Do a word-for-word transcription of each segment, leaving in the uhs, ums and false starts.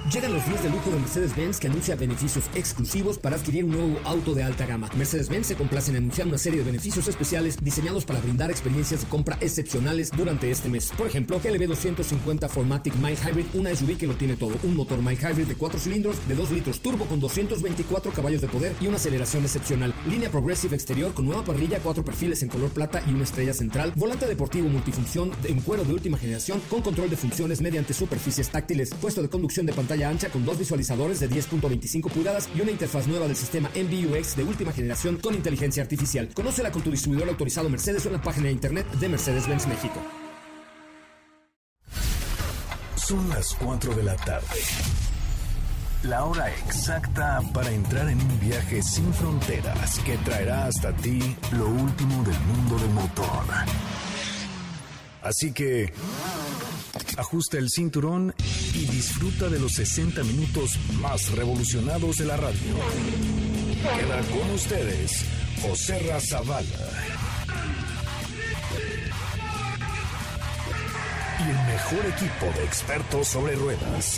Llegan los días de lujo de Mercedes-Benz, que anuncia beneficios exclusivos para adquirir un nuevo auto de alta gama. Mercedes-Benz se complace en anunciar una serie de beneficios especiales diseñados para brindar experiencias de compra excepcionales durante este mes. Por ejemplo, G L B doscientos cincuenta cuatro matic Mild Hybrid, una S U V que lo tiene todo. Un motor Mild Hybrid de cuatro cilindros de dos litros turbo con doscientos veinticuatro caballos de poder y una aceleración excepcional. Línea Progressive exterior con nueva parrilla, cuatro perfiles en color plata y una estrella central. Volante deportivo multifunción en cuero de última generación con control de funciones mediante superficies táctiles. Puesto de conducción de pantalla ancha con dos visualizadores de diez punto veinticinco pulgadas y una interfaz nueva del sistema M B U X de última generación con inteligencia artificial. Conócela con tu distribuidor autorizado Mercedes o en la página de internet de Mercedes-Benz México. Son las cuatro de la tarde. La hora exacta para entrar en un viaje sin fronteras que traerá hasta ti lo último del mundo del motor. Así que ajusta el cinturón y disfruta de los sesenta minutos más revolucionados de la radio. Queda con ustedes José Razabala y el mejor equipo de expertos sobre ruedas.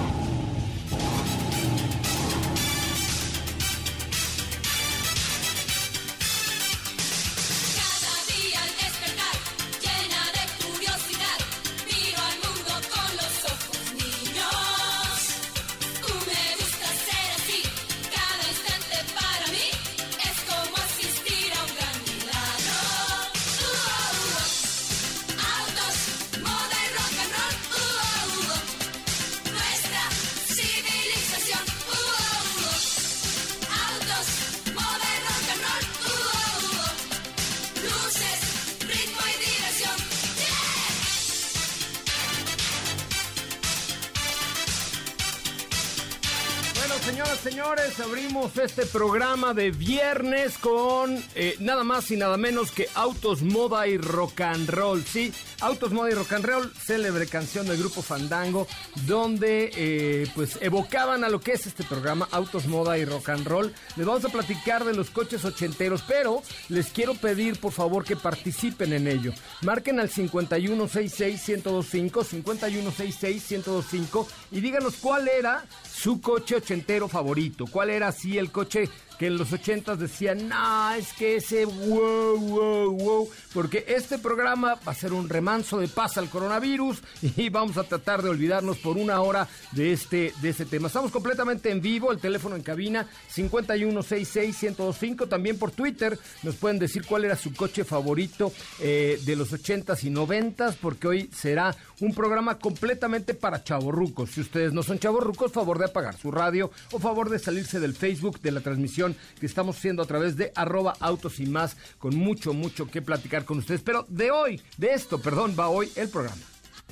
Señores, abrimos este programa de viernes con eh, nada más y nada menos que Autos, Moda y Rock and Roll. Sí, Autos, Moda y Rock and Roll, célebre canción del grupo Fandango, donde eh, pues evocaban a lo que es este programa, Autos, Moda y Rock and Roll. Les vamos a platicar de los coches ochenteros, pero les quiero pedir por favor que participen en ello. Marquen al cincuenta y uno sesenta y seis, ciento veinticinco, cincuenta y uno sesenta y seis, ciento veinticinco y díganos cuál era su coche ochentero favorito. ¿Cuál era así el coche que en los ochentas decían, no, es que ese wow, wow, wow? Porque este programa va a ser un remanso de paz al coronavirus y vamos a tratar de olvidarnos por una hora de este, de este tema. Estamos completamente en vivo, el teléfono en cabina cincuenta y uno sesenta y seis, ciento veinticinco. También por Twitter nos pueden decir cuál era su coche favorito eh, de los ochentas y noventas, porque hoy será un programa completamente para chavorrucos. Si ustedes no son chavorrucos, favor de apagar su radio o favor de salirse del Facebook de la transmisión que estamos haciendo a través de arroba autos y más, con mucho, mucho que platicar con ustedes. Pero de hoy, de esto, perdón, va hoy el programa.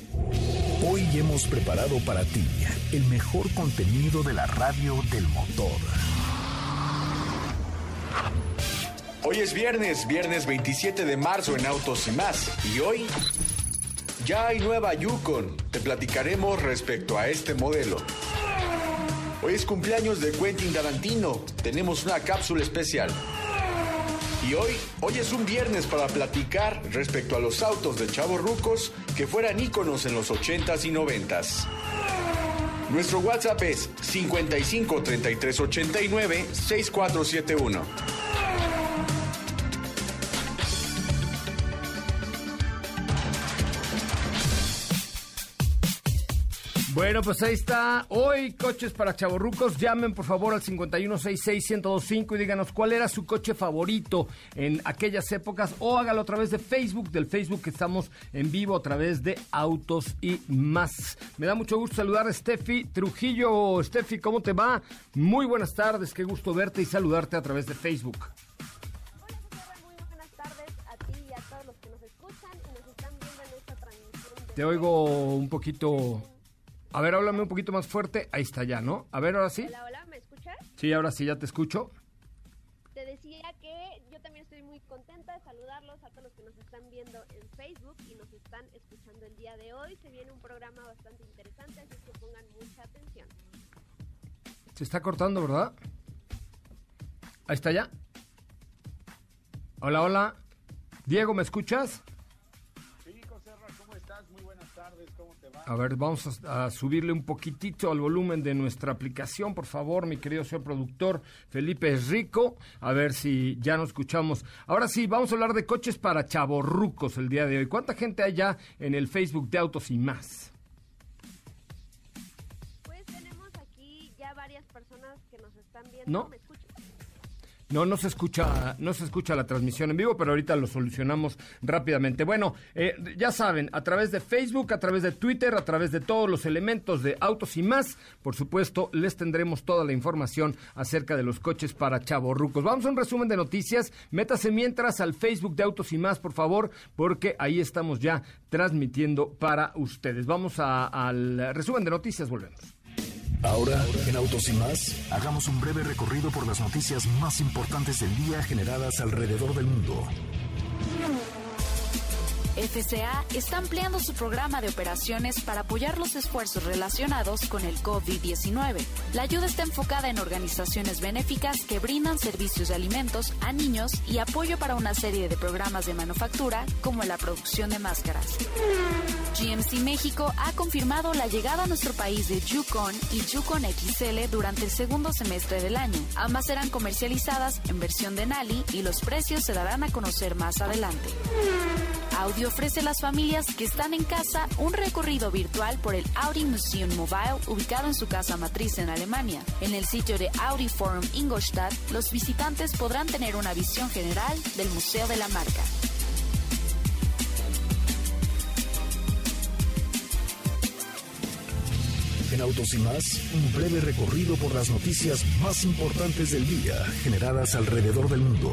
Hoy hemos preparado para ti el mejor contenido de la radio del motor. Hoy es viernes, viernes veintisiete de marzo en Autos y Más. Y hoy ya hay nueva Yukon. Te platicaremos respecto a este modelo. Hoy es cumpleaños de Quentin Tarantino. Tenemos una cápsula especial. Y hoy, hoy es un viernes para platicar respecto a los autos de chavorrucos que fueran íconos en los ochentas y noventas. Nuestro WhatsApp es cincuenta y cinco, treinta y tres, ochenta y nueve, sesenta y cuatro setenta y uno. Bueno, pues ahí está. Hoy, coches para chavorrucos. Llamen, por favor, al cincuenta y uno sesenta y seis, ciento veinticinco y díganos cuál era su coche favorito en aquellas épocas. O hágalo a través de Facebook, del Facebook que estamos en vivo a través de Autos y Más. Me da mucho gusto saludar a Steffi Trujillo. Steffi, ¿cómo te va? Muy buenas tardes. Qué gusto verte y saludarte a través de Facebook. Hola, José, muy buenas tardes a ti y a todos los que nos escuchan y nos están viendo en esta transmisión. De te oigo un poquito... A ver, háblame un poquito más fuerte. Ahí está ya, ¿no? A ver, ahora sí. Hola, hola, ¿me escuchas? Sí, ahora sí, ya te escucho. Te decía que yo también estoy muy contenta de saludarlos a todos los que nos están viendo en Facebook y nos están escuchando el día de hoy. Se viene un programa bastante interesante, así que pongan mucha atención. Se está cortando, ¿verdad? Ahí está ya. Hola, hola. Diego, ¿me escuchas? Sí, José, ¿cómo estás? Muy buenas tardes. tardes, ¿cómo te va? A ver, vamos a, a subirle un poquitito al volumen de nuestra aplicación, por favor, mi querido señor productor Felipe Rico, a ver si ya nos escuchamos. Ahora sí, vamos a hablar de coches para chavorrucos el día de hoy. ¿Cuánta gente hay ya en el Facebook de Autos y Más? Pues tenemos aquí ya varias personas que nos están viendo. ¿No? ¿Me escuchan? No, no se escucha, no se escucha la transmisión en vivo, pero ahorita lo solucionamos rápidamente. Bueno, eh, ya saben, a través de Facebook, a través de Twitter, a través de todos los elementos de Autos y Más, por supuesto, les tendremos toda la información acerca de los coches para chavorrucos. Vamos a un resumen de noticias. Métase mientras al Facebook de Autos y Más, por favor, porque ahí estamos ya transmitiendo para ustedes. Vamos a, al resumen de noticias, volvemos. Ahora, en Autos y Más, hagamos un breve recorrido por las noticias más importantes del día generadas alrededor del mundo. F C A está ampliando su programa de operaciones para apoyar los esfuerzos relacionados con el COVID diecinueve. La ayuda está enfocada en organizaciones benéficas que brindan servicios de alimentos a niños y apoyo para una serie de programas de manufactura como la producción de máscaras. G M C México ha confirmado la llegada a nuestro país de Yukon y Yukon X L durante el segundo semestre del año. Ambas serán comercializadas en versión de Nali y los precios se darán a conocer más adelante. Audi ofrece a las familias que están en casa un recorrido virtual por el Audi Museum Mobile ubicado en su casa matriz en Alemania. En el sitio de Audi Forum Ingolstadt, los visitantes podrán tener una visión general del museo de la marca. En Autos y Más, un breve recorrido por las noticias más importantes del día generadas alrededor del mundo.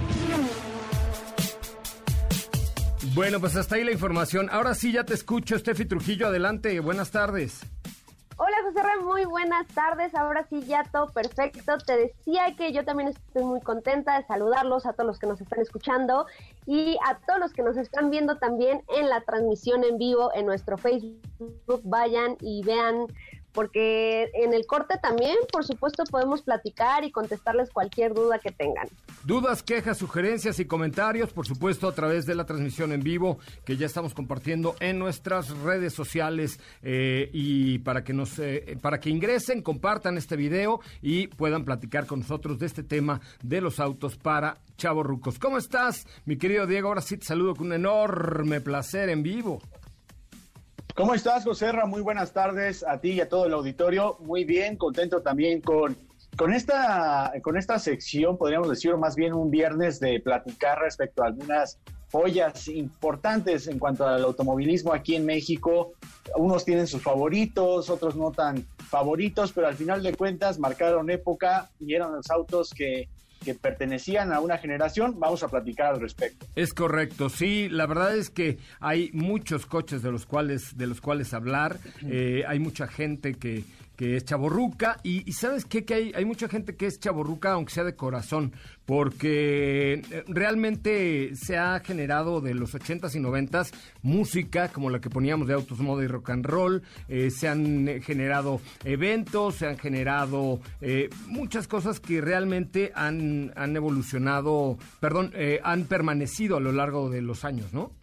Bueno, pues hasta ahí la información. Ahora sí ya te escucho, Steffi Trujillo, adelante, buenas tardes. Hola, José Ra, muy buenas tardes. Ahora sí, ya todo perfecto. Te decía que yo también estoy muy contenta de saludarlos a todos los que nos están escuchando y a todos los que nos están viendo también en la transmisión en vivo en nuestro Facebook. Vayan y vean, porque en el corte también, por supuesto, podemos platicar y contestarles cualquier duda que tengan. Dudas, quejas, sugerencias y comentarios, por supuesto, a través de la transmisión en vivo que ya estamos compartiendo en nuestras redes sociales eh, y para que nos, eh, para que ingresen, compartan este video y puedan platicar con nosotros de este tema de los autos para chavorrucos. ¿Cómo estás, mi querido Diego? Ahora sí te saludo con un enorme placer en vivo. ¿Cómo estás, José Ra? Muy buenas tardes a ti y a todo el auditorio. Muy bien, contento también con, con, esta, con esta sección, podríamos decir, más bien un viernes de platicar respecto a algunas joyas importantes en cuanto al automovilismo aquí en México. Unos tienen sus favoritos, otros no tan favoritos, pero al final de cuentas marcaron época y eran los autos que... que pertenecían a una generación. Vamos a platicar al respecto. Es correcto, sí, la verdad es que hay muchos coches de los cuales de los cuales hablar, eh, hay mucha gente que, que es chavorruca y, y ¿sabes qué? Que hay, hay mucha gente que es chavorruca aunque sea de corazón, porque realmente se ha generado de los ochentas y noventas música como la que poníamos de Autos, Moda y Rock and Roll, eh, se han generado eventos, se han generado eh, muchas cosas que realmente han han evolucionado, perdón, eh, han permanecido a lo largo de los años, ¿no?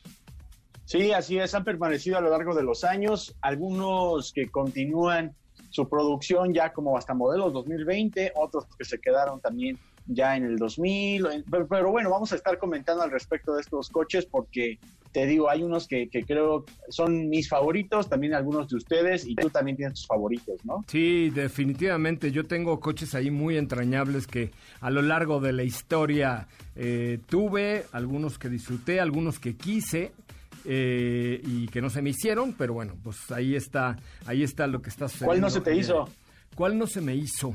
Sí, así es, han permanecido a lo largo de los años, algunos que continúan su producción ya como hasta modelos dos mil veinte, otros que se quedaron también ya en el dos mil, pero, pero bueno, vamos a estar comentando al respecto de estos coches porque te digo, hay unos que, que creo son mis favoritos, también algunos de ustedes, y tú también tienes tus favoritos, ¿no? Sí, definitivamente, yo tengo coches ahí muy entrañables que a lo largo de la historia eh, tuve, algunos que disfruté, algunos que quise, Eh, y que no se me hicieron, pero bueno, pues ahí está, ahí está lo que está sucediendo. ¿Cuál no se te hizo? ¿Cuál no se me hizo?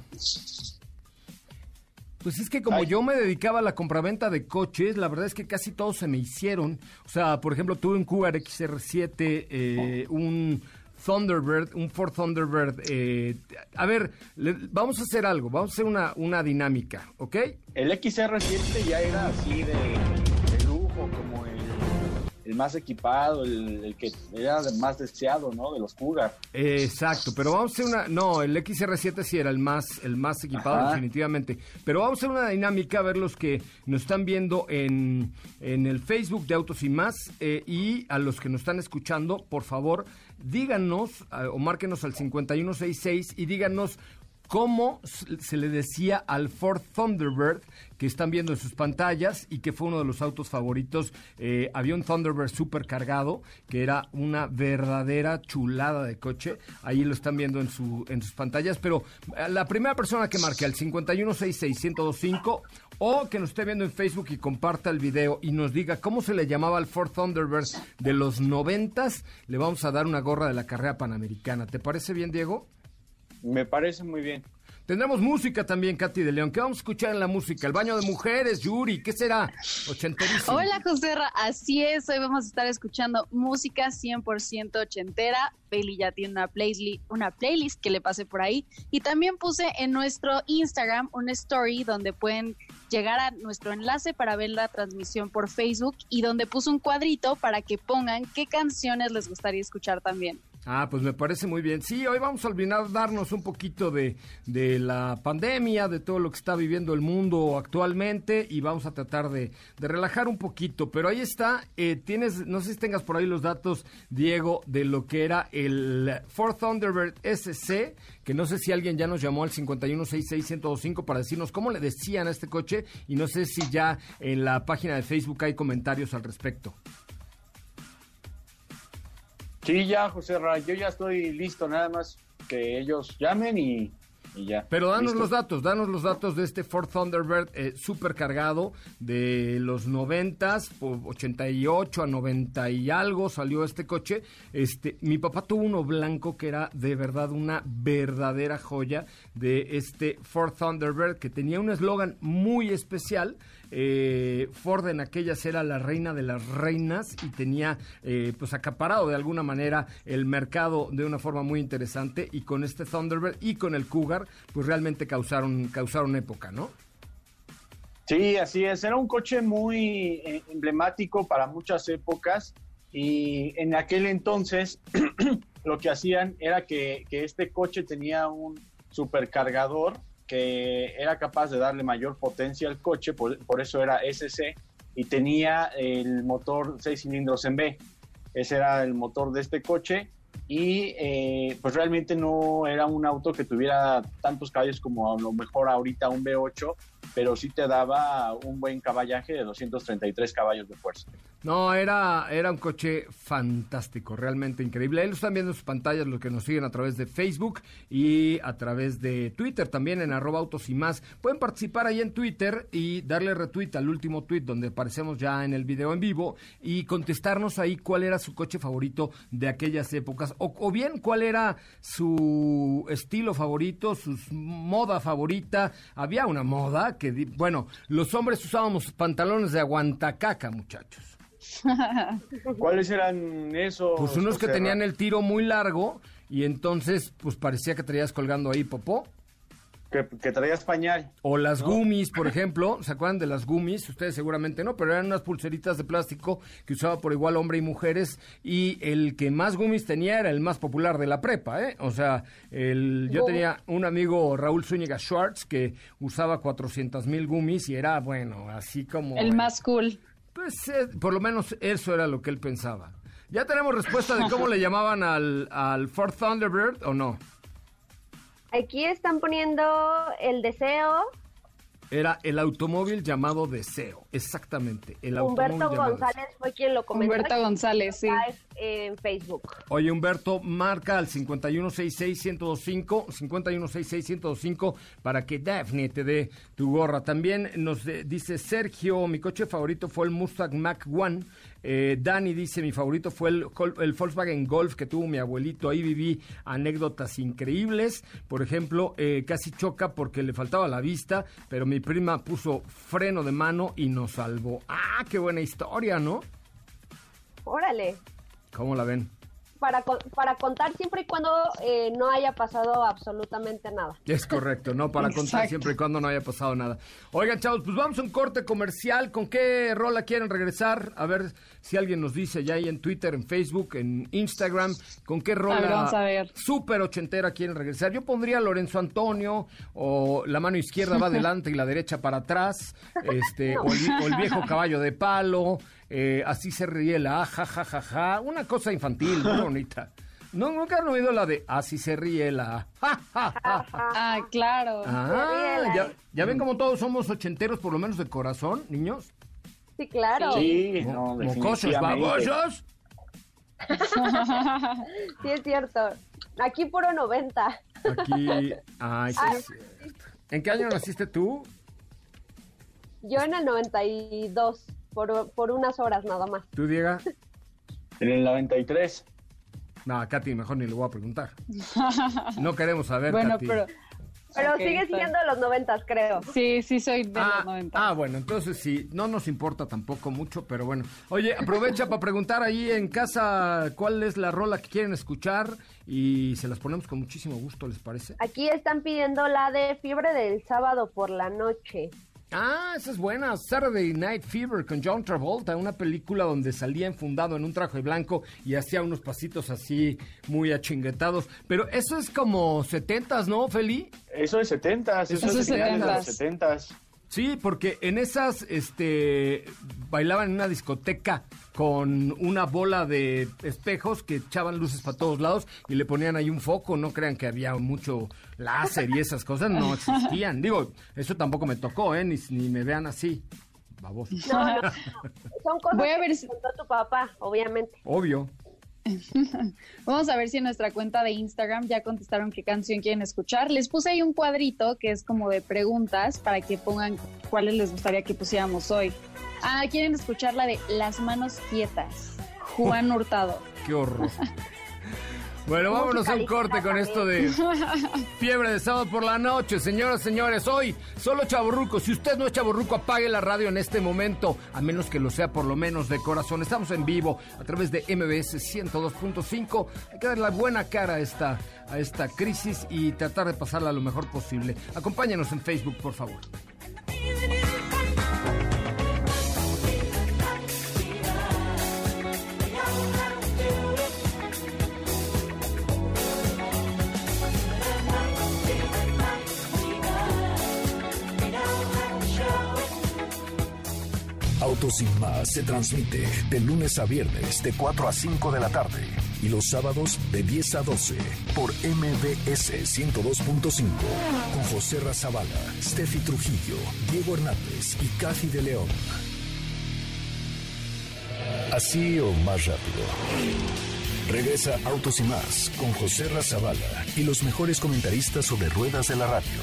Pues es que como Ay. yo me dedicaba a la compraventa de coches, la verdad es que casi todos se me hicieron. O sea, por ejemplo, tuve un Cougar X R siete, eh, un Thunderbird, un Ford Thunderbird. Eh, a ver, le, vamos a hacer algo, vamos a hacer una, una dinámica, ¿ok? El X R siete ya era así de, de lujo, como el... el más equipado, el, el que era el más deseado, ¿no? De los Cougar. Eh, exacto, pero vamos a hacer una... No, el X R siete sí era el más, el más equipado, Ajá. definitivamente. Pero vamos a hacer una dinámica, a ver los que nos están viendo en, en el Facebook de Autos y Más, eh, y a los que nos están escuchando, por favor, díganos, eh, o márquenos al cincuenta y uno sesenta y seis y díganos cómo se le decía al Ford Thunderbird que están viendo en sus pantallas y que fue uno de los autos favoritos. Eh, había un Thunderbird súper cargado, que era una verdadera chulada de coche. Ahí lo están viendo en, su, en sus pantallas, pero la primera persona que marque al cincuenta y uno sesenta y seis, ciento veinticinco o que nos esté viendo en Facebook y comparta el video y nos diga cómo se le llamaba al Ford Thunderbird de los noventas, le vamos a dar una gorra de la carrera panamericana. ¿Te parece bien, Diego? Me parece muy bien. Tendremos música también, Katy de León. ¿Qué vamos a escuchar en la música? El baño de mujeres, Yuri. ¿Qué será? Ochenterísimo. Hola, Joserra. Así es. Hoy vamos a estar escuchando música cien por ciento ochentera. Bailey ya tiene una playlist, una playlist que le pasé por ahí. Y también puse en nuestro Instagram una story donde pueden llegar a nuestro enlace para ver la transmisión por Facebook y donde puse un cuadrito para que pongan qué canciones les gustaría escuchar también. Ah, pues me parece muy bien. Sí, hoy vamos a olvidarnos un poquito de, de la pandemia, de todo lo que está viviendo el mundo actualmente y vamos a tratar de, de relajar un poquito. Pero ahí está, eh, tienes, no sé si tengas por ahí los datos, Diego, de lo que era el Ford Thunderbird S C, que no sé si alguien ya nos llamó al cincuenta y uno sesenta y seis, ciento veinticinco para decirnos cómo le decían a este coche y no sé si ya en la página de Facebook hay comentarios al respecto. Sí, ya, José Ra, yo ya estoy listo, nada más que ellos llamen y, y ya. Pero danos listo. los datos, danos los datos de este Ford Thunderbird eh, súper cargado de los noventas, ochenta y ocho a noventa y algo salió este coche. Este, mi papá tuvo uno blanco que era de verdad una verdadera joya de este Ford Thunderbird que tenía un eslogan muy especial. Eh, Ford en aquellas era la reina de las reinas y tenía eh, pues acaparado de alguna manera el mercado de una forma muy interesante y con este Thunderbird y con el Cougar pues realmente causaron, causaron época, ¿no? Sí, así es, era un coche muy eh, emblemático para muchas épocas y en aquel entonces lo que hacían era que, que este coche tenía un supercargador que era capaz de darle mayor potencia al coche, por, por eso era S C, y tenía el motor seis cilindros en B. Ese era el motor de este coche, y eh, pues realmente no era un auto que tuviera tantos caballos como a lo mejor ahorita un V ocho, pero sí te daba un buen caballaje de doscientos treinta y tres caballos de fuerza. No, era, era un coche fantástico, realmente increíble. Ahí lo están viendo en sus pantallas los que nos siguen a través de Facebook y a través de Twitter también en arroba autos y más. Pueden participar ahí en Twitter y darle retweet al último tweet donde aparecemos ya en el video en vivo y contestarnos ahí cuál era su coche favorito de aquellas épocas o, o bien cuál era su estilo favorito, su moda favorita. Había una moda que, bueno, los hombres usábamos pantalones de aguantacaca, muchachos. ¿Cuáles eran esos? Pues unos que Serra? tenían el tiro muy largo y entonces pues parecía que traías colgando ahí popó. Que, que traías pañal. O las ¿no? gummies, por ejemplo. ¿Se acuerdan de las gummies? Ustedes seguramente no, pero eran unas pulseritas de plástico que usaba por igual hombre y mujeres y el que más gummies tenía era el más popular de la prepa, ¿eh? O sea, el, yo tenía un amigo, Raúl Zúñiga Schwartz, que usaba cuatrocientas mil gummies y era, bueno, así como... El más cool. Pues eh, por lo menos eso era lo que él pensaba. ¿Ya tenemos respuesta de cómo le llamaban al, al Ford Thunderbird o no? Aquí están poniendo el Deseo. Era el automóvil llamado Deseo, exactamente. El Humberto González fue quien lo comentó. Humberto González, sí. En Facebook. Oye, Humberto, marca al cincuenta y uno sesenta y seis, ciento veinticinco, cincuenta y uno sesenta y seis, ciento veinticinco para que Daphne te dé tu gorra. También nos de, dice Sergio, mi coche favorito fue el Mustang Mach uno. Eh, Dani dice, mi favorito fue el, el Volkswagen Golf que tuvo mi abuelito. Ahí viví anécdotas increíbles. Por ejemplo, eh, casi choca porque le faltaba la vista, pero mi prima puso freno de mano y nos salvó. ¡Ah, qué buena historia!, ¿no? Órale. ¿Cómo la ven? para, para contar siempre y cuando eh, no haya pasado absolutamente nada. Es correcto, ¿no? Para Exacto. contar siempre y cuando no haya pasado nada. Oigan, chavos, pues vamos a un corte comercial. ¿Con qué rola quieren regresar? A ver si alguien nos dice ya ahí en Twitter, en Facebook, en Instagram, ¿con qué rola A ver, vamos a ver. súper ochentera quieren regresar? Yo pondría Lorenzo Antonio, o la mano izquierda va adelante y la derecha para atrás, este, o, el, o el viejo caballo de palo, eh, así se ríe la ja, ja, ja, ja, una cosa infantil, muy bonita. ¿No, ¿Nunca han oído la de así se ríe la ja, ja, ja, ja? Ah, claro. Ah, ya, ya ven como todos somos ochenteros, por lo menos de corazón, niños. Sí, claro. Sí, no, Mocosos, definitivamente. babosos. Sí, es cierto. Aquí puro noventa. Aquí, ay, sí, es cierto. ¿En qué año naciste tú? Yo en el noventa y dos, por, por unas horas nada más. ¿Tú, Diego? En el noventa y tres. No, a Katy mejor ni le voy a preguntar. No queremos saber, Bueno, Katy. pero... Pero Ok, sigue está siendo de los noventas, creo. Sí, sí soy de Ah, los noventa. ah, bueno, entonces sí, no nos importa tampoco mucho, pero bueno. Oye, aprovecha para preguntar ahí en casa cuál es la rola que quieren escuchar y se las ponemos con muchísimo gusto, ¿les parece? Aquí están pidiendo la de Fiebre del sábado por la noche. Ah, esa es buena. Saturday Night Fever con John Travolta, una película donde salía enfundado en un traje blanco y hacía unos pasitos así muy achinguetados. Pero eso es como setentas, ¿no, Feli? Eso es setentas, eso, Eso es es finales de los setentas. setentas. Sí, porque en esas, este, bailaban en una discoteca con una bola de espejos que echaban luces para todos lados y le ponían ahí un foco. No crean que había mucho láser y esas cosas, no existían. Digo, eso tampoco me tocó, ¿eh? Ni, ni me vean así, baboso. No, no, son cosas Voy a que ver te si- contó tu papá, obviamente. Obvio. Vamos a ver si en nuestra cuenta de Instagram ya contestaron qué canción quieren escuchar. Les puse ahí un cuadrito que es como de preguntas para que pongan cuáles les gustaría que pusiéramos hoy. Ah, quieren escuchar la de Las manos quietas, Juan Hurtado. Qué horror. Bueno, vámonos a un corte con esto de Fiebre de sábado por la noche. Señoras, señores, hoy solo chavorruco. Si usted no es chavorruco, apague la radio en este momento, a menos que lo sea por lo menos de corazón. Estamos en vivo a través de M B S ciento dos punto cinco. Hay que dar la buena cara a esta, a esta crisis y tratar de pasarla lo mejor posible. Acompáñanos en Facebook, por favor. Autos sin más se transmite de lunes a viernes de cuatro a cinco de la tarde y los sábados de diez a doce por M B S ciento dos punto cinco con José Razabala, Steffi Trujillo, Diego Hernández y Kathy de León. Así o más rápido. Regresa Autos y más con José Razabala y los mejores comentaristas sobre ruedas de la radio.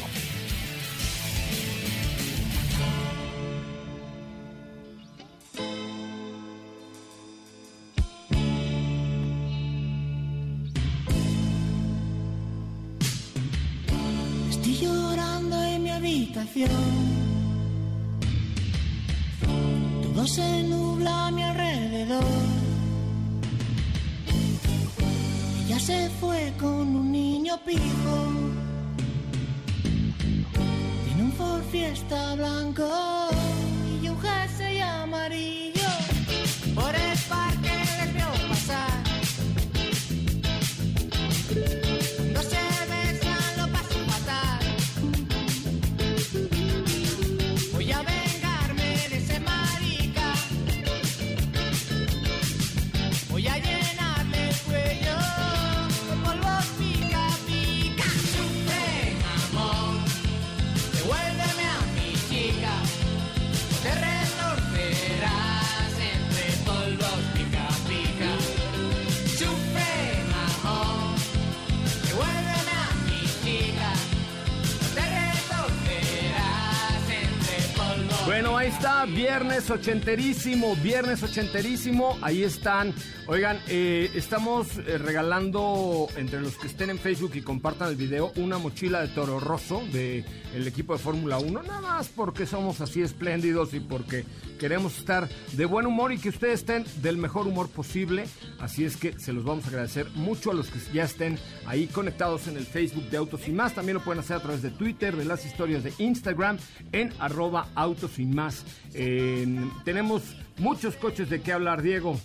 Estoy llorando en mi habitación. Todo se nubla a mi alrededor. Ella se fue con un niño pijo. Tiene un Ford Fiesta blanco y un jersey amarillo. Por el parque les veo pasar. Cuando se besan lo paso fatal. Voy a vengarme de ese marica. Voy a llenarle el cuello con polvos pica pica. Sufre, amor, devuélveme a mi chica. ahí está, viernes ochenterísimo, viernes ochenterísimo, ahí están. Oigan, eh, estamos eh, regalando, entre los que estén en Facebook y compartan el video, una mochila de Toro Rosso del equipo de Fórmula uno, nada más porque somos así espléndidos y porque queremos estar de buen humor y que ustedes estén del mejor humor posible, así es que se los vamos a agradecer mucho a los que ya estén ahí conectados en el Facebook de Autos y Más. También lo pueden hacer a través de Twitter, de las historias de Instagram, en arroba Autos y Más. Eh, tenemos muchos coches de qué hablar, Diego.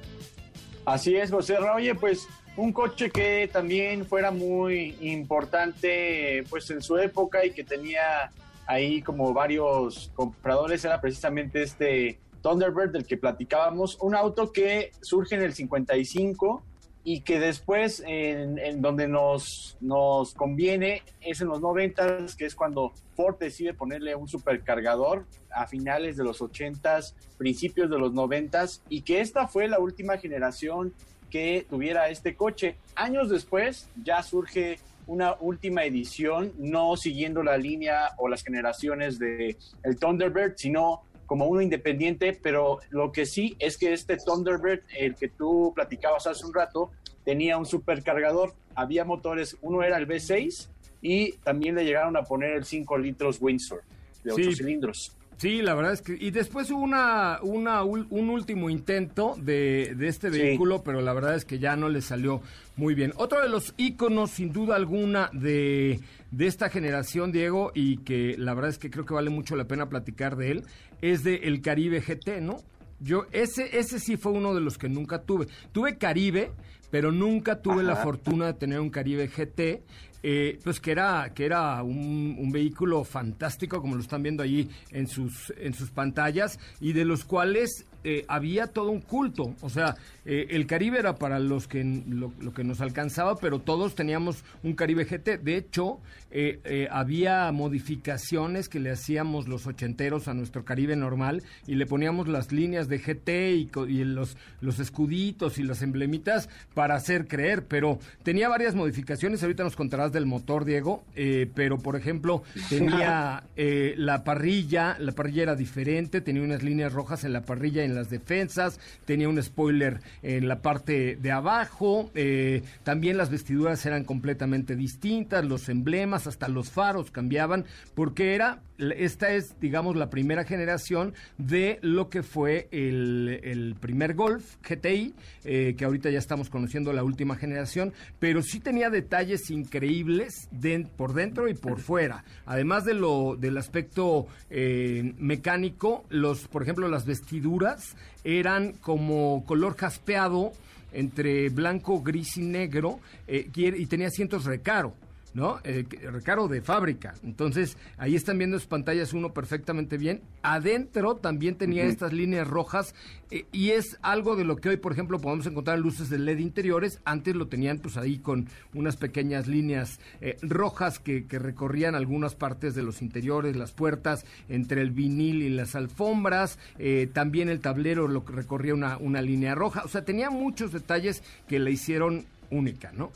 Así es, José Ra. Oye, pues un coche que también fuera muy importante pues en su época y que tenía ahí como varios compradores era precisamente este Thunderbird del que platicábamos, un auto que surge en el cincuenta y cinco y que después en, en donde nos, nos conviene es en los noventas, que es cuando Ford decide ponerle un supercargador a finales de los ochentas, principios de los noventas, y que esta fue la última generación que tuviera este coche. Años después ya surge una última edición, no siguiendo la línea o las generaciones de el Thunderbird, sino como uno independiente, pero lo que sí es que este Thunderbird, el que tú platicabas hace un rato, tenía un supercargador, había motores, uno era el V seis y también le llegaron a poner el cinco litros Windsor de ocho Sí. cilindros. Sí, la verdad es que... Y después hubo una, una, un último intento de, de este Sí. vehículo, pero la verdad es que ya no le salió muy bien. Otro de los íconos, sin duda alguna, de, de esta generación, Diego, y que la verdad es que creo que vale mucho la pena platicar de él, es de el Caribe G T, ¿no? Yo, ese, ese sí fue uno de los que nunca tuve. Tuve Caribe, pero nunca tuve Ajá. la fortuna de tener un Caribe G T. Eh, pues que era que era un, un vehículo fantástico, como lo están viendo allí en sus en sus pantallas, y de los cuales eh, había todo un culto. O sea, eh, el Caribe era para los que lo, lo que nos alcanzaba, pero todos teníamos un Caribe G T. De hecho, eh, eh, había modificaciones que le hacíamos los ochenteros a nuestro Caribe normal y le poníamos las líneas de G T y, y los, los escuditos y las emblemitas para hacer creer, pero tenía varias modificaciones. Ahorita nos contarás del motor, Diego, eh, pero por ejemplo tenía eh, la parrilla, la parrilla era diferente, tenía unas líneas rojas en la parrilla y en las defensas, tenía un spoiler en la parte de abajo, eh, también las vestiduras eran completamente distintas, los emblemas, hasta los faros cambiaban, porque era, esta es digamos la primera generación de lo que fue el, el primer Golf G T I, eh, que ahorita ya estamos conociendo la última generación, pero sí tenía detalles increíbles De, por dentro y por fuera, además de lo del aspecto eh, mecánico. Los, por ejemplo, las vestiduras eran como color jaspeado entre blanco, gris y negro, eh, y tenía asientos recaro, ¿no? Eh, recaro de fábrica. Entonces, ahí están viendo en pantallas uno perfectamente bien. Adentro también tenía uh-huh. estas líneas rojas, eh, y es algo de lo que hoy, por ejemplo, podemos encontrar luces de L E D interiores. Antes lo tenían pues ahí con unas pequeñas líneas eh, rojas que, que recorrían algunas partes de los interiores, las puertas, entre el vinil y las alfombras. Eh, también el tablero lo recorría una, una línea roja. O sea, tenía muchos detalles que la hicieron única, ¿no?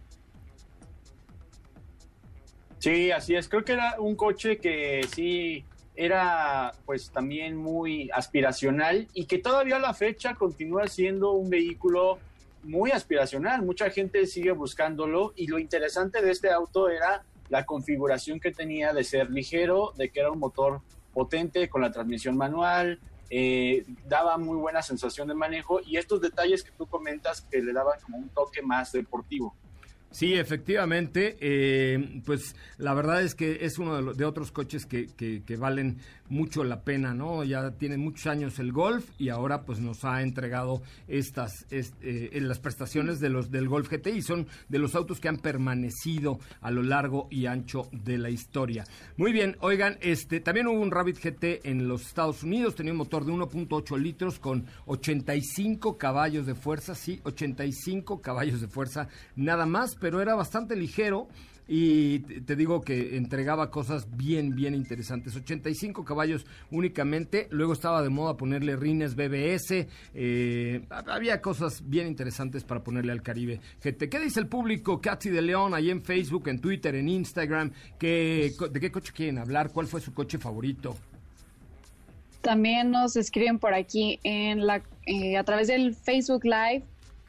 Sí, así es. Creo que era un coche que sí era pues también muy aspiracional y que todavía a la fecha continúa siendo un vehículo muy aspiracional. Mucha gente sigue buscándolo y lo interesante de este auto era la configuración que tenía de ser ligero, de que era un motor potente con la transmisión manual, eh, daba muy buena sensación de manejo y estos detalles que tú comentas que le daban como un toque más deportivo. Sí, efectivamente, eh, pues la verdad es que es uno de, los, de otros coches que, que, que valen mucho la pena, ¿no? Ya tiene muchos años el Golf y ahora pues nos ha entregado estas es, eh, las prestaciones de los del Golf G T I, son de los autos que han permanecido a lo largo y ancho de la historia. Muy bien, oigan, este también hubo un Rabbit G T en los Estados Unidos, tenía un motor de uno punto ocho litros con ochenta y cinco caballos de fuerza, sí, ochenta y cinco caballos de fuerza, nada más, pero era bastante ligero y te digo que entregaba cosas bien, bien interesantes. ochenta y cinco caballos únicamente, luego estaba de moda ponerle rines B B S, eh, había cosas bien interesantes para ponerle al Caribe G T. ¿Qué dice el público? Katy de León, ahí en Facebook, en Twitter, en Instagram, ¿qué, ¿de qué coche quieren hablar? ¿Cuál fue su coche favorito? También nos escriben por aquí en la eh, a través del Facebook Live,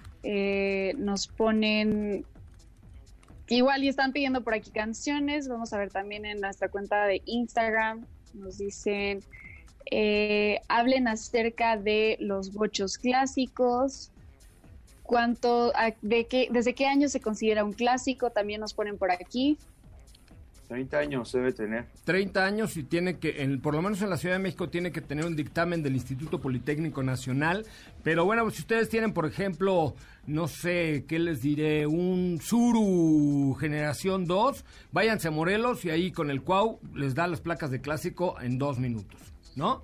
eh, nos ponen igual y están pidiendo por aquí canciones. Vamos a ver también en nuestra cuenta de Instagram, nos dicen eh, hablen acerca de los bochos clásicos, cuánto, de qué, desde qué año se considera un clásico, también nos ponen por aquí. treinta años debe tener. treinta años y tiene que, en, por lo menos en la Ciudad de México, tiene que tener un dictamen del Instituto Politécnico Nacional. Pero bueno, si ustedes tienen, por ejemplo, no sé, ¿qué les diré? Un Tsuru Generación dos, váyanse a Morelos y ahí con el Cuau les da las placas de clásico en dos minutos, ¿no?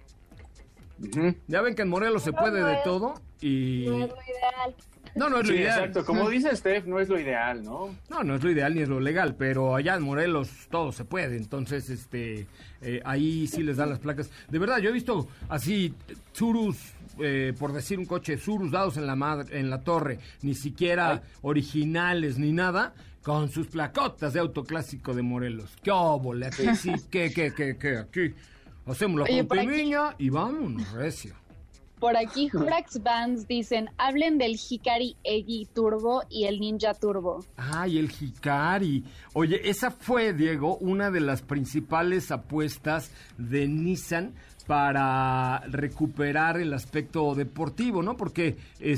Uh-huh. Ya ven que en Morelos se puede de todo y... No es lo ideal. No, no es sí, lo ideal. Exacto, como dice Steph, no es lo ideal, ¿no? No, no es lo ideal ni es lo legal, pero allá en Morelos todo se puede, entonces este eh, ahí sí les dan las placas. De verdad, yo he visto así Tsurus, eh, por decir un coche, Tsurus dados en la madre, en la torre, ni siquiera Ay. originales ni nada, con sus placotas de autoclásico de Morelos. ¡Qué óvole! Aquí sí, que, que, que, que, aquí hacemos la cortemiña y vámonos, recio. Por aquí, Hurax Vans dicen, hablen del Hikari Egi Turbo y el Ninja Turbo. Ay, el Hikari. Oye, esa fue, Diego, una de las principales apuestas de Nissan para recuperar el aspecto deportivo, ¿no? Porque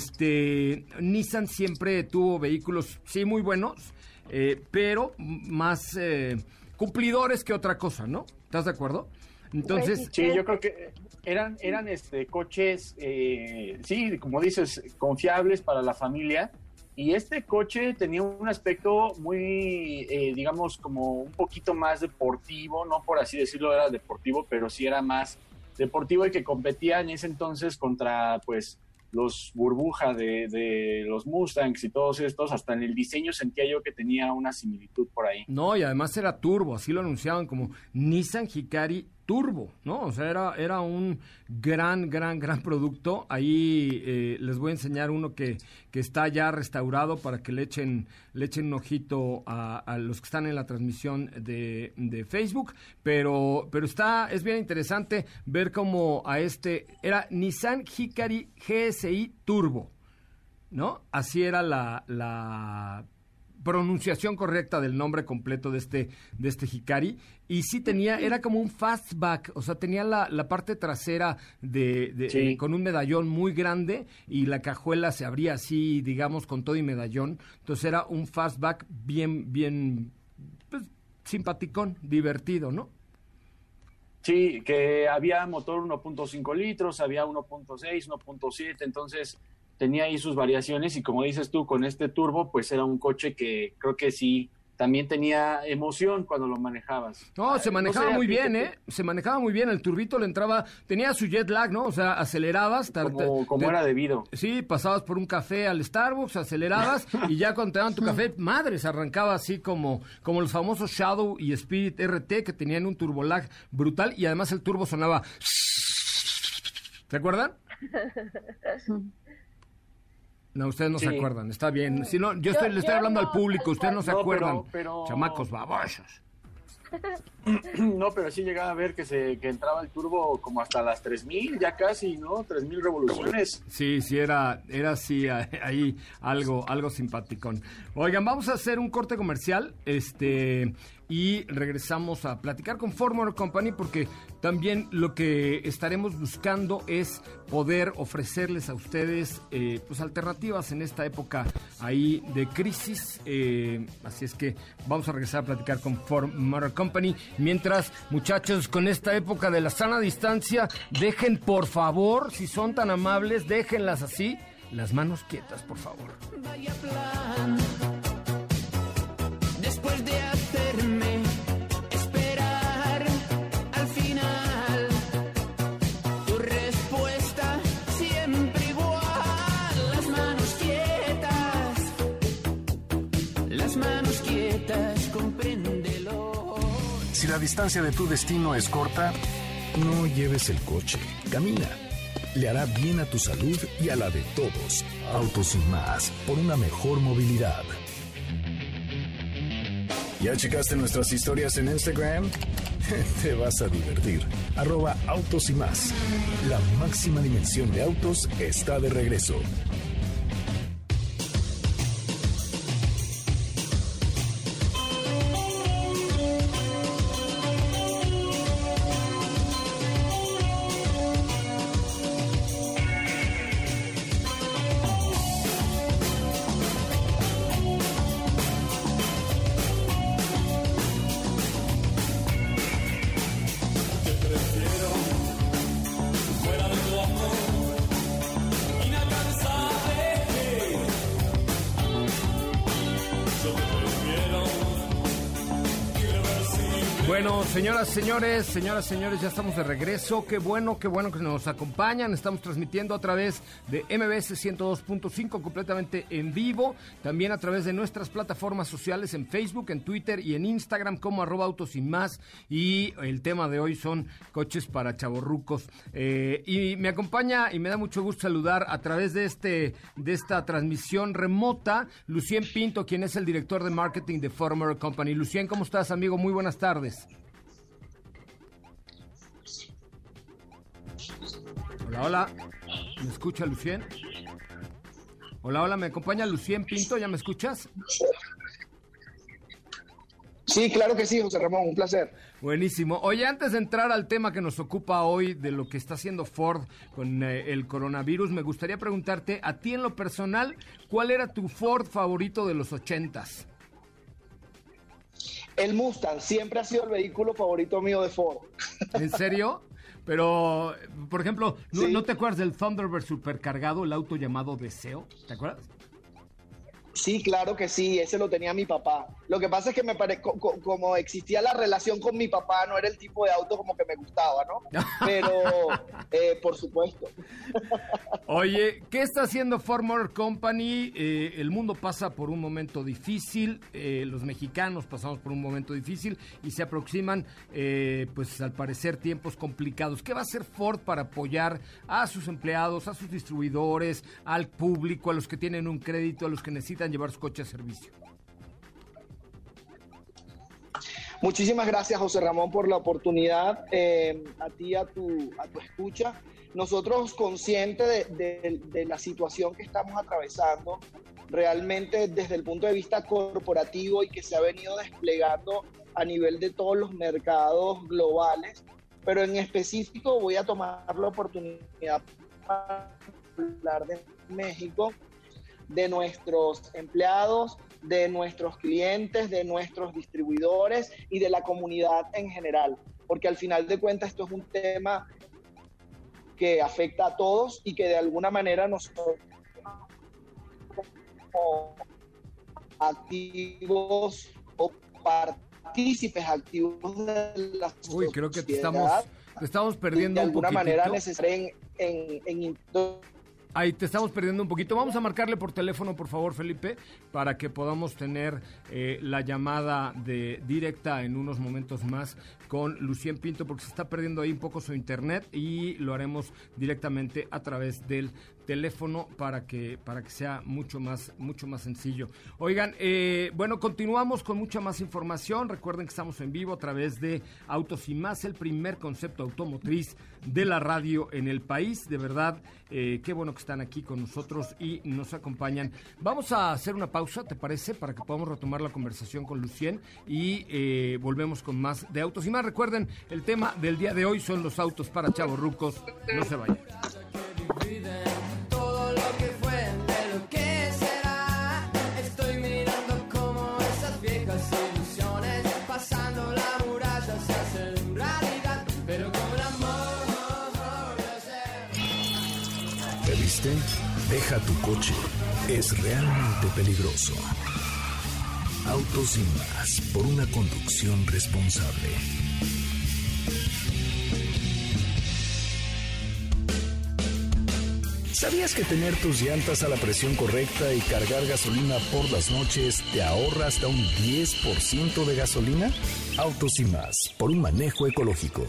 este Nissan siempre tuvo vehículos, sí, muy buenos, eh, pero más eh, cumplidores que otra cosa, ¿no? ¿Estás de acuerdo? Entonces, sí, yo creo que eran eran este coches, eh, sí, como dices, confiables para la familia. Y este coche tenía un aspecto muy, eh, digamos, como un poquito más deportivo, no por así decirlo era deportivo, pero sí era más deportivo y que competía en ese entonces contra, pues, los burbuja de, de los Mustangs y todos estos. Hasta en el diseño sentía yo que tenía una similitud por ahí. No, y además era turbo, así lo anunciaban como Nissan Hikari Turbo, ¿no? O sea, era, era un gran, gran, gran producto. Ahí eh, les voy a enseñar uno que, que está ya restaurado para que le echen, le echen un ojito a, a los que están en la transmisión de, de Facebook. Pero, pero está, es bien interesante ver cómo a este, era Nissan Hikari G S I Turbo, ¿no? Así era la, la pronunciación correcta del nombre completo de este, de este Hikari. Y sí tenía, era como un fastback, o sea, tenía la, la parte trasera de, de sí. eh, con un medallón muy grande y la cajuela se abría así, digamos, con todo y medallón. Entonces era un fastback bien, bien, pues, simpaticón, divertido, ¿no? Sí, que había motor uno punto cinco litros, había uno punto seis, uno punto siete, entonces tenía ahí sus variaciones y como dices tú, con este turbo, pues era un coche que creo que sí, también tenía emoción cuando lo manejabas. No, se manejaba no sé, muy bien, te... ¿eh? Se manejaba muy bien, el turbito le entraba, tenía su jet lag, ¿no? O sea, acelerabas. Como, como te, era debido. Sí, pasabas por un café al Starbucks, acelerabas y ya cuando te daban tu café, madre, se arrancaba así como, como los famosos Shadow y Spirit R T que tenían un turbolag brutal y además el turbo sonaba... ¿Se acuerdan? No, ustedes no sí. se acuerdan, está bien. Si no, yo, estoy, yo le estoy yo hablando no, al público, ustedes no se no, acuerdan. Pero, pero... Chamacos babosos. No, pero sí llegaba a ver que se que entraba el turbo como hasta las tres mil, ya casi, ¿no? tres mil revoluciones. Sí, sí, era, era así, ahí algo, algo simpaticón. Oigan, vamos a hacer un corte comercial, este... y regresamos a platicar con Ford Motor Company porque también lo que estaremos buscando es poder ofrecerles a ustedes eh, pues alternativas en esta época ahí de crisis, eh, así es que vamos a regresar a platicar con Ford Motor Company. Mientras, muchachos, con esta época de la sana distancia, dejen por favor, si son tan amables, déjenlas así, las manos quietas, por favor. Vaya plan, después de hacerme esperar, al final tu respuesta siempre igual. Las manos quietas, las manos quietas, compréndelo. Si la distancia de tu destino es corta, no lleves el coche, camina. Le hará bien a tu salud y a la de todos. Autos y más, por una mejor movilidad. ¿Ya checaste nuestras historias en Instagram? Te vas a divertir. Arroba Autos y Más. La máxima dimensión de autos está de regreso. Bueno, señoras, señores, señoras, señores, ya estamos de regreso. Qué bueno, qué bueno que nos acompañan. Estamos transmitiendo a través de M B S ciento dos punto cinco completamente en vivo. También a través de nuestras plataformas sociales en Facebook, en Twitter y en Instagram como arroba autos y más. Y el tema de hoy son coches para chavorrucos. Eh, y me acompaña y me da mucho gusto saludar a través de, este, de esta transmisión remota Lucien Pinto, quien es el director de marketing de Ford Motor Company. Lucien, ¿cómo estás, amigo? Muy buenas tardes. Hola, hola. ¿Me escucha Lucien? Hola, hola, ¿me acompaña Lucien Pinto? ¿Ya me escuchas? Sí, claro que sí, José Ramón, un placer. Buenísimo. Oye, antes de entrar al tema que nos ocupa hoy, de lo que está haciendo Ford con eh, el coronavirus, me gustaría preguntarte, a ti en lo personal, ¿cuál era tu Ford favorito de los ochentas? El Mustang siempre ha sido el vehículo favorito mío de Ford. ¿En serio? Pero, por ejemplo, ¿no, sí. ¿no te acuerdas del Thunderbird supercargado, el auto llamado Deseo? ¿Te acuerdas? Sí, claro que sí, ese lo tenía mi papá. Lo que pasa es que me pare... co- co- como existía la relación con mi papá, no era el tipo de auto como que me gustaba, ¿no? Pero, eh, por supuesto. Oye, ¿qué está haciendo Ford Motor Company? Eh, el mundo pasa por un momento difícil, eh, los mexicanos pasamos por un momento difícil y se aproximan, eh, pues al parecer, tiempos complicados. ¿Qué va a hacer Ford para apoyar a sus empleados, a sus distribuidores, al público, a los que tienen un crédito, a los que necesitan llevar su coche a servicio? Muchísimas gracias, José Ramón, por la oportunidad, eh, a ti, a tu, a tu escucha. Nosotros, conscientes de, de, de la situación que estamos atravesando, realmente desde el punto de vista corporativo y que se ha venido desplegando a nivel de todos los mercados globales, pero en específico voy a tomar la oportunidad para hablar de México, de nuestros empleados, de nuestros clientes, de nuestros distribuidores y de la comunidad en general, porque al final de cuentas esto es un tema que afecta a todos y que de alguna manera nosotros como activos o partícipes activos de la sociedad. Uy, creo que te estamos, te estamos perdiendo un poquitito. De alguna manera necesaria en, en, en Ahí te estamos perdiendo un poquito. Vamos a marcarle por teléfono, por favor, Felipe, para que podamos tener eh, la llamada de directa en unos momentos más con Lucien Pinto, porque se está perdiendo ahí un poco su internet y lo haremos directamente a través del teléfono para que para que sea mucho más mucho más sencillo. Oigan, eh, bueno, continuamos con mucha más información. Recuerden que estamos en vivo a través de Autos y Más, el primer concepto automotriz de la radio en el país. De verdad, eh, qué bueno que están aquí con nosotros y nos acompañan. Vamos a hacer una pausa, ¿te parece? Para que podamos retomar la conversación con Lucien y eh, volvemos con más de Autos y Más. Recuerden, el tema del día de hoy son los autos para chavorrucos. No se vayan. Deja tu coche. Es realmente peligroso. Autos y Más, por una conducción responsable. ¿Sabías que tener tus llantas a la presión correcta y cargar gasolina por las noches te ahorra hasta un diez por ciento de gasolina? Autos y Más, por un manejo ecológico.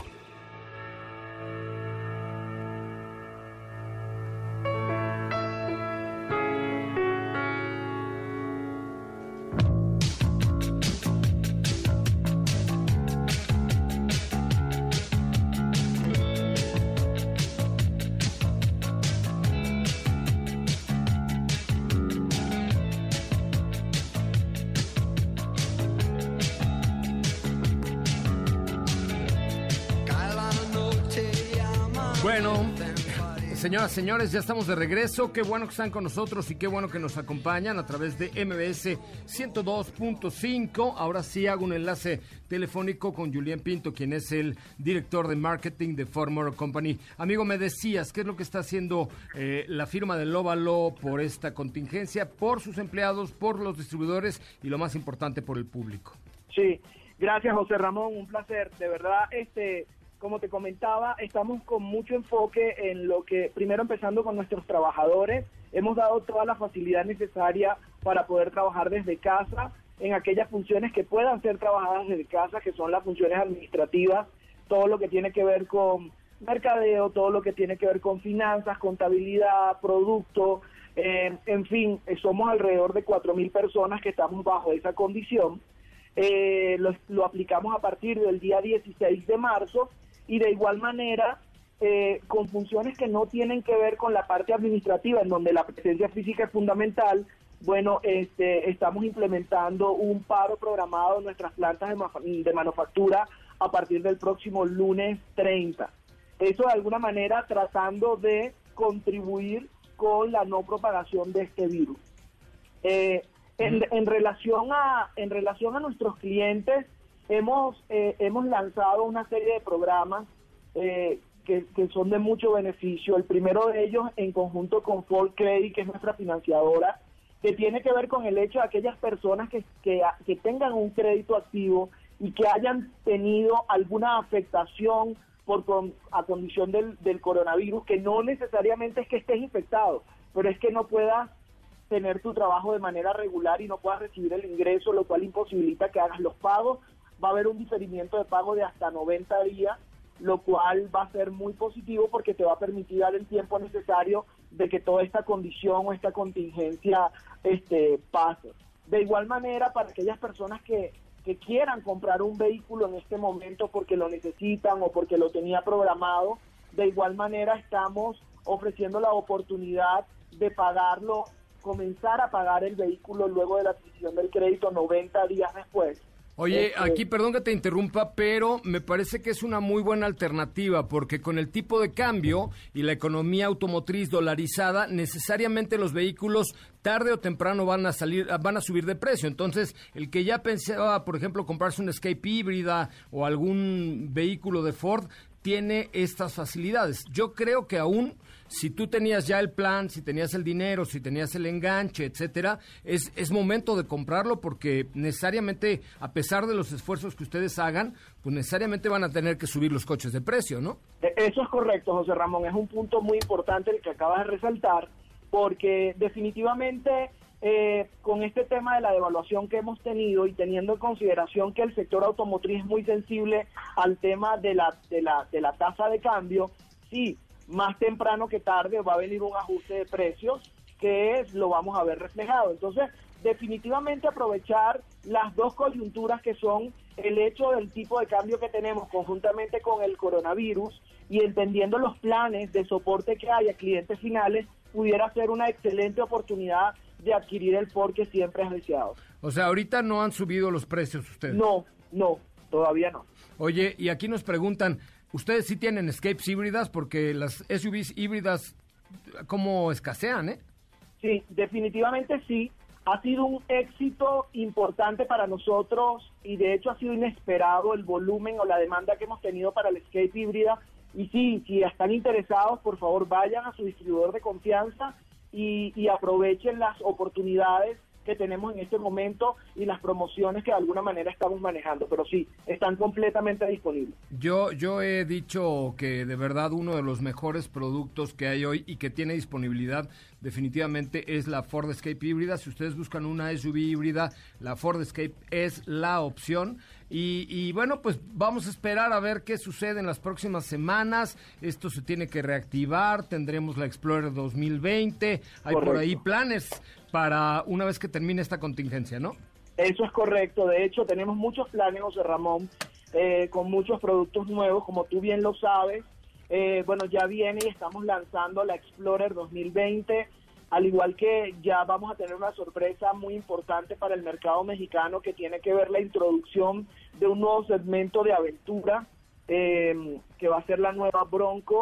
Bueno, señoras, señores, ya estamos de regreso. Qué bueno que están con nosotros y qué bueno que nos acompañan a través de M B S ciento dos punto cinco. Ahora sí hago un enlace telefónico con Julián Pinto, quien es el director de marketing de Ford Motor Company. Amigo, me decías, ¿qué es lo que está haciendo eh, la firma del Óvalo por esta contingencia, por sus empleados, por los distribuidores y lo más importante, por el público? Sí, gracias José Ramón, un placer. De verdad, este... como te comentaba, estamos con mucho enfoque en lo que, primero empezando con nuestros trabajadores, hemos dado toda la facilidad necesaria para poder trabajar desde casa, en aquellas funciones que puedan ser trabajadas desde casa, que son las funciones administrativas, todo lo que tiene que ver con mercadeo, todo lo que tiene que ver con finanzas, contabilidad, producto, eh, en fin, somos alrededor de cuatro mil personas que estamos bajo esa condición. Eh, lo, lo aplicamos a partir del día dieciséis de marzo, y de igual manera eh, con funciones que no tienen que ver con la parte administrativa, en donde la presencia física es fundamental. Bueno, este, estamos implementando un paro programado en nuestras plantas de, de manufactura a partir del próximo lunes treinta. Eso de alguna manera tratando de contribuir con la no propagación de este virus. Eh, en, en relación a en relación a nuestros clientes, Hemos eh, hemos lanzado una serie de programas eh, que, que son de mucho beneficio. El primero de ellos, en conjunto con Ford Credit, que es nuestra financiadora, que tiene que ver con el hecho de aquellas personas que, que, que tengan un crédito activo y que hayan tenido alguna afectación por con, a condición del, del coronavirus, que no necesariamente es que estés infectado, pero es que no puedas tener tu trabajo de manera regular y no puedas recibir el ingreso, lo cual imposibilita que hagas los pagos. Va a haber un diferimiento de pago de hasta noventa días, lo cual va a ser muy positivo porque te va a permitir dar el tiempo necesario de que toda esta condición o esta contingencia este, pase. De igual manera, para aquellas personas que, que quieran comprar un vehículo en este momento porque lo necesitan o porque lo tenía programado, de igual manera estamos ofreciendo la oportunidad de pagarlo, comenzar a pagar el vehículo luego de la adquisición del crédito noventa días después. Oye, aquí perdón que te interrumpa, pero me parece que es una muy buena alternativa porque con el tipo de cambio y la economía automotriz dolarizada, necesariamente los vehículos tarde o temprano van a salir, van a subir de precio. Entonces, el que ya pensaba, por ejemplo, comprarse una Escape híbrida o algún vehículo de Ford, tiene estas facilidades. Yo creo que aún si tú tenías ya el plan, si tenías el dinero, si tenías el enganche, etcétera, es, es momento de comprarlo porque necesariamente, a pesar de los esfuerzos que ustedes hagan, pues necesariamente van a tener que subir los coches de precio, ¿no? Eso es correcto, José Ramón. Es un punto muy importante el que acabas de resaltar, porque definitivamente eh, con este tema de la devaluación que hemos tenido y teniendo en consideración que el sector automotriz es muy sensible al tema de la, de la, de la tasa de cambio, sí, más temprano que tarde va a venir un ajuste de precios que es, lo vamos a ver reflejado. Entonces, definitivamente aprovechar las dos coyunturas que son el hecho del tipo de cambio que tenemos conjuntamente con el coronavirus y entendiendo los planes de soporte que hay a clientes finales, pudiera ser una excelente oportunidad de adquirir el Ford que siempre has deseado. O sea, ahorita no han subido los precios ustedes. No, no, todavía no. Oye, y aquí nos preguntan, ¿ustedes sí tienen Escapes híbridas? Porque las S U Vs híbridas, ¿cómo escasean, eh? Sí, definitivamente sí. Ha sido un éxito importante para nosotros y de hecho ha sido inesperado el volumen o la demanda que hemos tenido para el Escape híbrida. Y sí, si están interesados, por favor vayan a su distribuidor de confianza y, y aprovechen las oportunidades que tenemos en este momento y las promociones que de alguna manera estamos manejando, pero sí, están completamente disponibles. Yo, yo he dicho que de verdad uno de los mejores productos que hay hoy y que tiene disponibilidad definitivamente es la Ford Escape híbrida. Si ustedes buscan una S U V híbrida, la Ford Escape es la opción. Y, y bueno, pues vamos a esperar a ver qué sucede en las próximas semanas. Esto se tiene que reactivar, tendremos la Explorer dos mil veinte, hay Correcto. Por ahí planes para una vez que termine esta contingencia, ¿no? Eso es correcto, de hecho tenemos muchos planes, José Ramón, eh, con muchos productos nuevos, como tú bien lo sabes. Eh, bueno, ya viene y estamos lanzando la Explorer dos mil veinte, al igual que ya vamos a tener una sorpresa muy importante para el mercado mexicano que tiene que ver la introducción de un nuevo segmento de aventura, eh, que va a ser la nueva Bronco,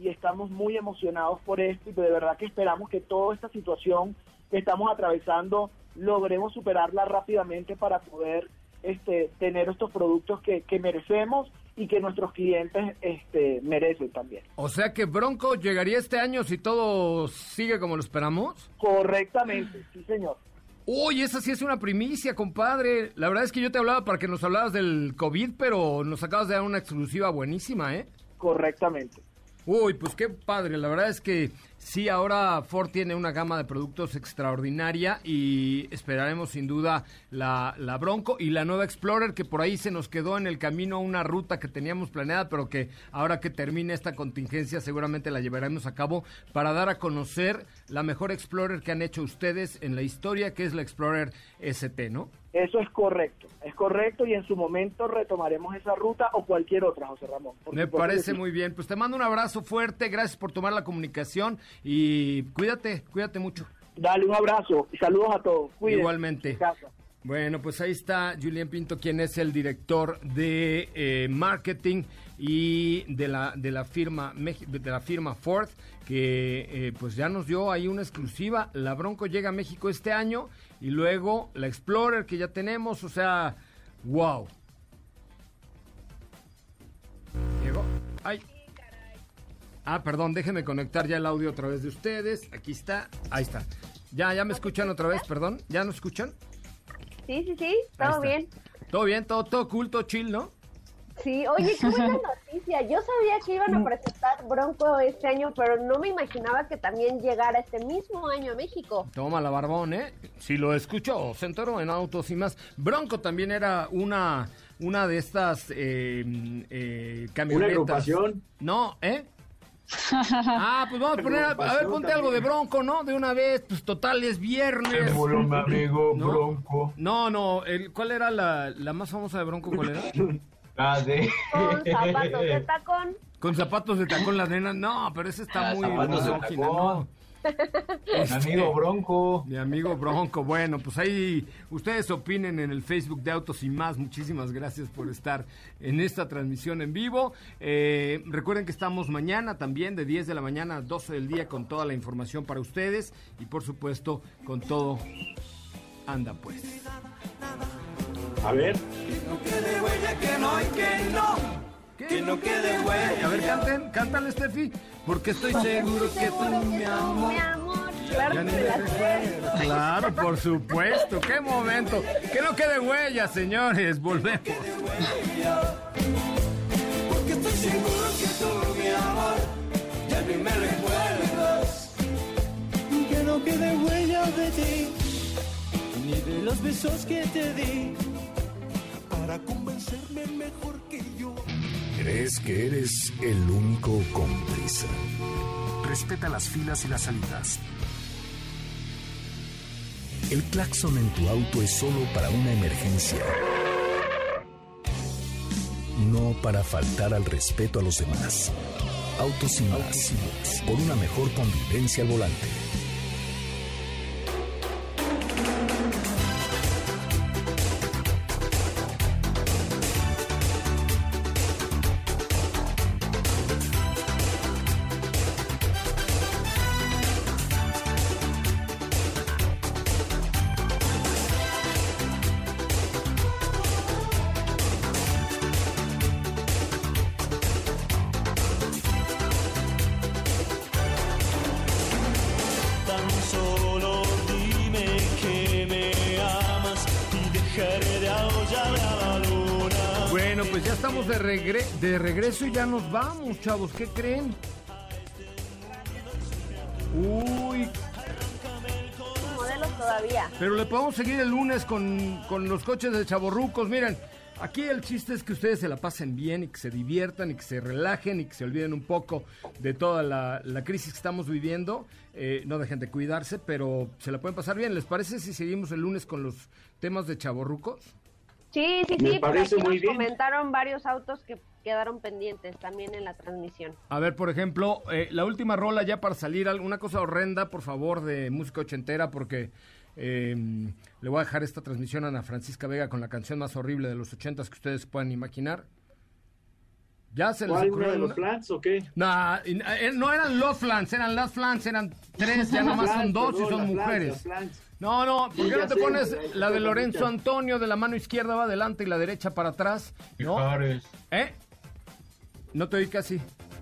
y estamos muy emocionados por esto y de verdad que esperamos que toda esta situación que estamos atravesando logremos superarla rápidamente para poder este, tener estos productos que, que merecemos y que nuestros clientes este, merecen también. O sea que Bronco llegaría este año si todo sigue como lo esperamos. Correctamente, sí señor. Uy, esa sí es una primicia, compadre. La verdad es que yo te hablaba para que nos hablaras del COVID, pero nos acabas de dar una exclusiva buenísima, ¿eh? Correctamente. Uy, pues qué padre. La verdad es que sí, ahora Ford tiene una gama de productos extraordinaria y esperaremos sin duda la, la Bronco y la nueva Explorer, que por ahí se nos quedó en el camino una ruta que teníamos planeada, pero que ahora que termine esta contingencia seguramente la llevaremos a cabo para dar a conocer la mejor Explorer que han hecho ustedes en la historia, que es la Explorer S T, ¿no? Eso es correcto, es correcto y en su momento retomaremos esa ruta o cualquier otra, José Ramón. Me parece muy bien, pues te mando un abrazo fuerte, gracias por tomar la comunicación y cuídate, cuídate mucho. Dale un abrazo y saludos a todos. Cuídense. Igualmente. Bueno, pues ahí está Julián Pinto, quien es el director de eh, marketing y de la de la firma de la firma Ford, que eh, pues ya nos dio ahí una exclusiva. La Bronco llega a México este año y luego la Explorer que ya tenemos, o sea, wow. Llegó. Ay. Ah, perdón, déjenme conectar ya el audio otra vez de ustedes. Aquí está, ahí está. Ya, ya me escuchan otra vez, perdón. ¿Ya no escuchan? Sí, sí, sí, todo bien. Todo bien, todo, todo cool, todo chill, ¿no? Sí, oye, qué buena noticia. Yo sabía que iban a presentar Bronco este año, pero no me imaginaba que también llegara este mismo año a México. Toma la barbón, ¿eh? Si lo escuchó, se enteró en Autos y Más. Bronco también era una, una de estas eh, eh, camionetas. ¿Una agrupación? No, ¿eh? Ah, pues vamos a poner, a, a ver, ponte también algo de Bronco, ¿no? De una vez, pues total, es viernes. Se murió mi amigo ¿no? Bronco. No, no, el, ¿cuál era la, la más famosa de Bronco? ¿Cuál era? Ah, de... Con zapatos de tacón. Con zapatos de tacón las nenas, no, pero ese está ah, muy misógina, ¿no? Mi amigo Bronco. Mi amigo Bronco. Bueno, pues ahí ustedes opinen en el Facebook de Autos y Más. Muchísimas gracias por estar en esta transmisión en vivo. Eh, recuerden que estamos mañana también de diez de la mañana a doce del día con toda la información para ustedes y por supuesto con todo. Anda pues. A ver. Que no quede huella, que no y que no. Que no quede huella. A ver, canten, cántale, Steffi, porque estoy seguro que tú, mi amor. Mi amor, claro que me la sé. Claro, por supuesto, qué momento. Que no quede huella, señores, volvemos. Porque estoy seguro que tú, mi amor, ya ni me recuerdas. Que no quede huella de ti, ni de los besos que te di, para convencerme mejor que yo. ¿Crees que eres el único con prisa? Respeta las filas y las salidas. El claxon en tu auto es solo para una emergencia. No para faltar al respeto a los demás. Autos y Más. Por una mejor convivencia al volante. De, regre de regreso y ya nos vamos, chavos. ¿Qué creen? Uy. Modelos todavía. Pero le podemos seguir el lunes con, con los coches de chavorrucos. Miren, aquí el chiste es que ustedes se la pasen bien y que se diviertan y que se relajen y que se olviden un poco de toda la, la crisis que estamos viviendo. Eh, no dejen de cuidarse, pero se la pueden pasar bien. ¿Les parece si seguimos el lunes con los temas de chavorrucos? Sí, sí, Me sí, parece aquí muy nos bien. comentaron varios autos que quedaron pendientes también en la transmisión. A ver, por ejemplo, eh, la última rola ya para salir, alguna cosa horrenda, por favor, de música ochentera, porque eh, le voy a dejar esta transmisión a Ana Francisca Vega con la canción más horrible de los ochentas que ustedes puedan imaginar. Ya se les ¿Cuál, ocurrió uno de una? los flans o qué? Nah, eh, no eran los flans, eran las flans, eran tres, ya nomás son dos y son mujeres. No, no, ¿por qué no te pones la de Lorenzo Antonio, de la mano izquierda va adelante y la derecha para atrás? ¿No? ¿Eh? No te oí casi.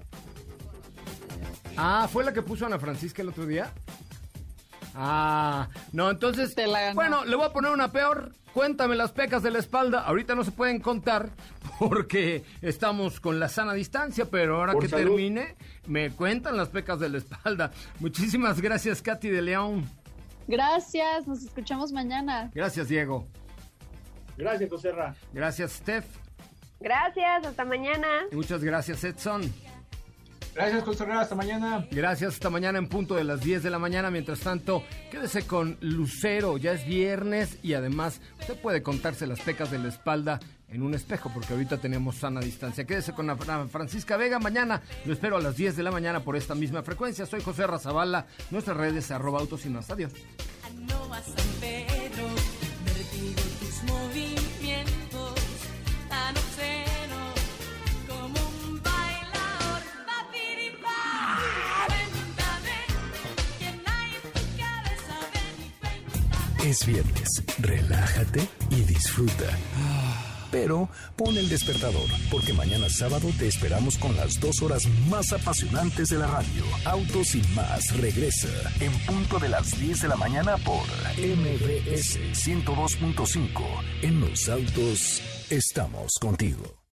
Ah, ¿fue la que puso Ana Francisca el otro día? Ah, no, entonces, bueno, le voy a poner una peor. Cuéntame las pecas de la espalda. Ahorita no se pueden contar porque estamos con la sana distancia, pero ahora Por que salud. termine, me cuentan las pecas de la espalda. Muchísimas gracias, Katy de León. Gracias, nos escuchamos mañana. Gracias, Diego. Gracias, Joserra. Gracias, Steph. Gracias, hasta mañana. Y muchas gracias, Edson. Gracias, Joserra, hasta mañana. Gracias, hasta mañana en punto de las diez de la mañana. Mientras tanto, quédese con Lucero, ya es viernes y además usted puede contarse las pecas de la espalda en un espejo porque ahorita tenemos sana distancia. Quédese con la Francisca Vega, mañana lo espero a las diez de la mañana por esta misma frecuencia. Soy José Razabala, nuestras redes arroba autos y más. Adiós. Tus movimientos tan obscenos como un bailador. Cuéntame quién hay en tu cabeza, ven y cuéntame. Es viernes, relájate y disfruta. Pero pon el despertador, porque mañana sábado te esperamos con las dos horas más apasionantes de la radio. Autos y más regresa en punto de las diez de la mañana por M B S ciento dos punto cinco. En los autos estamos contigo.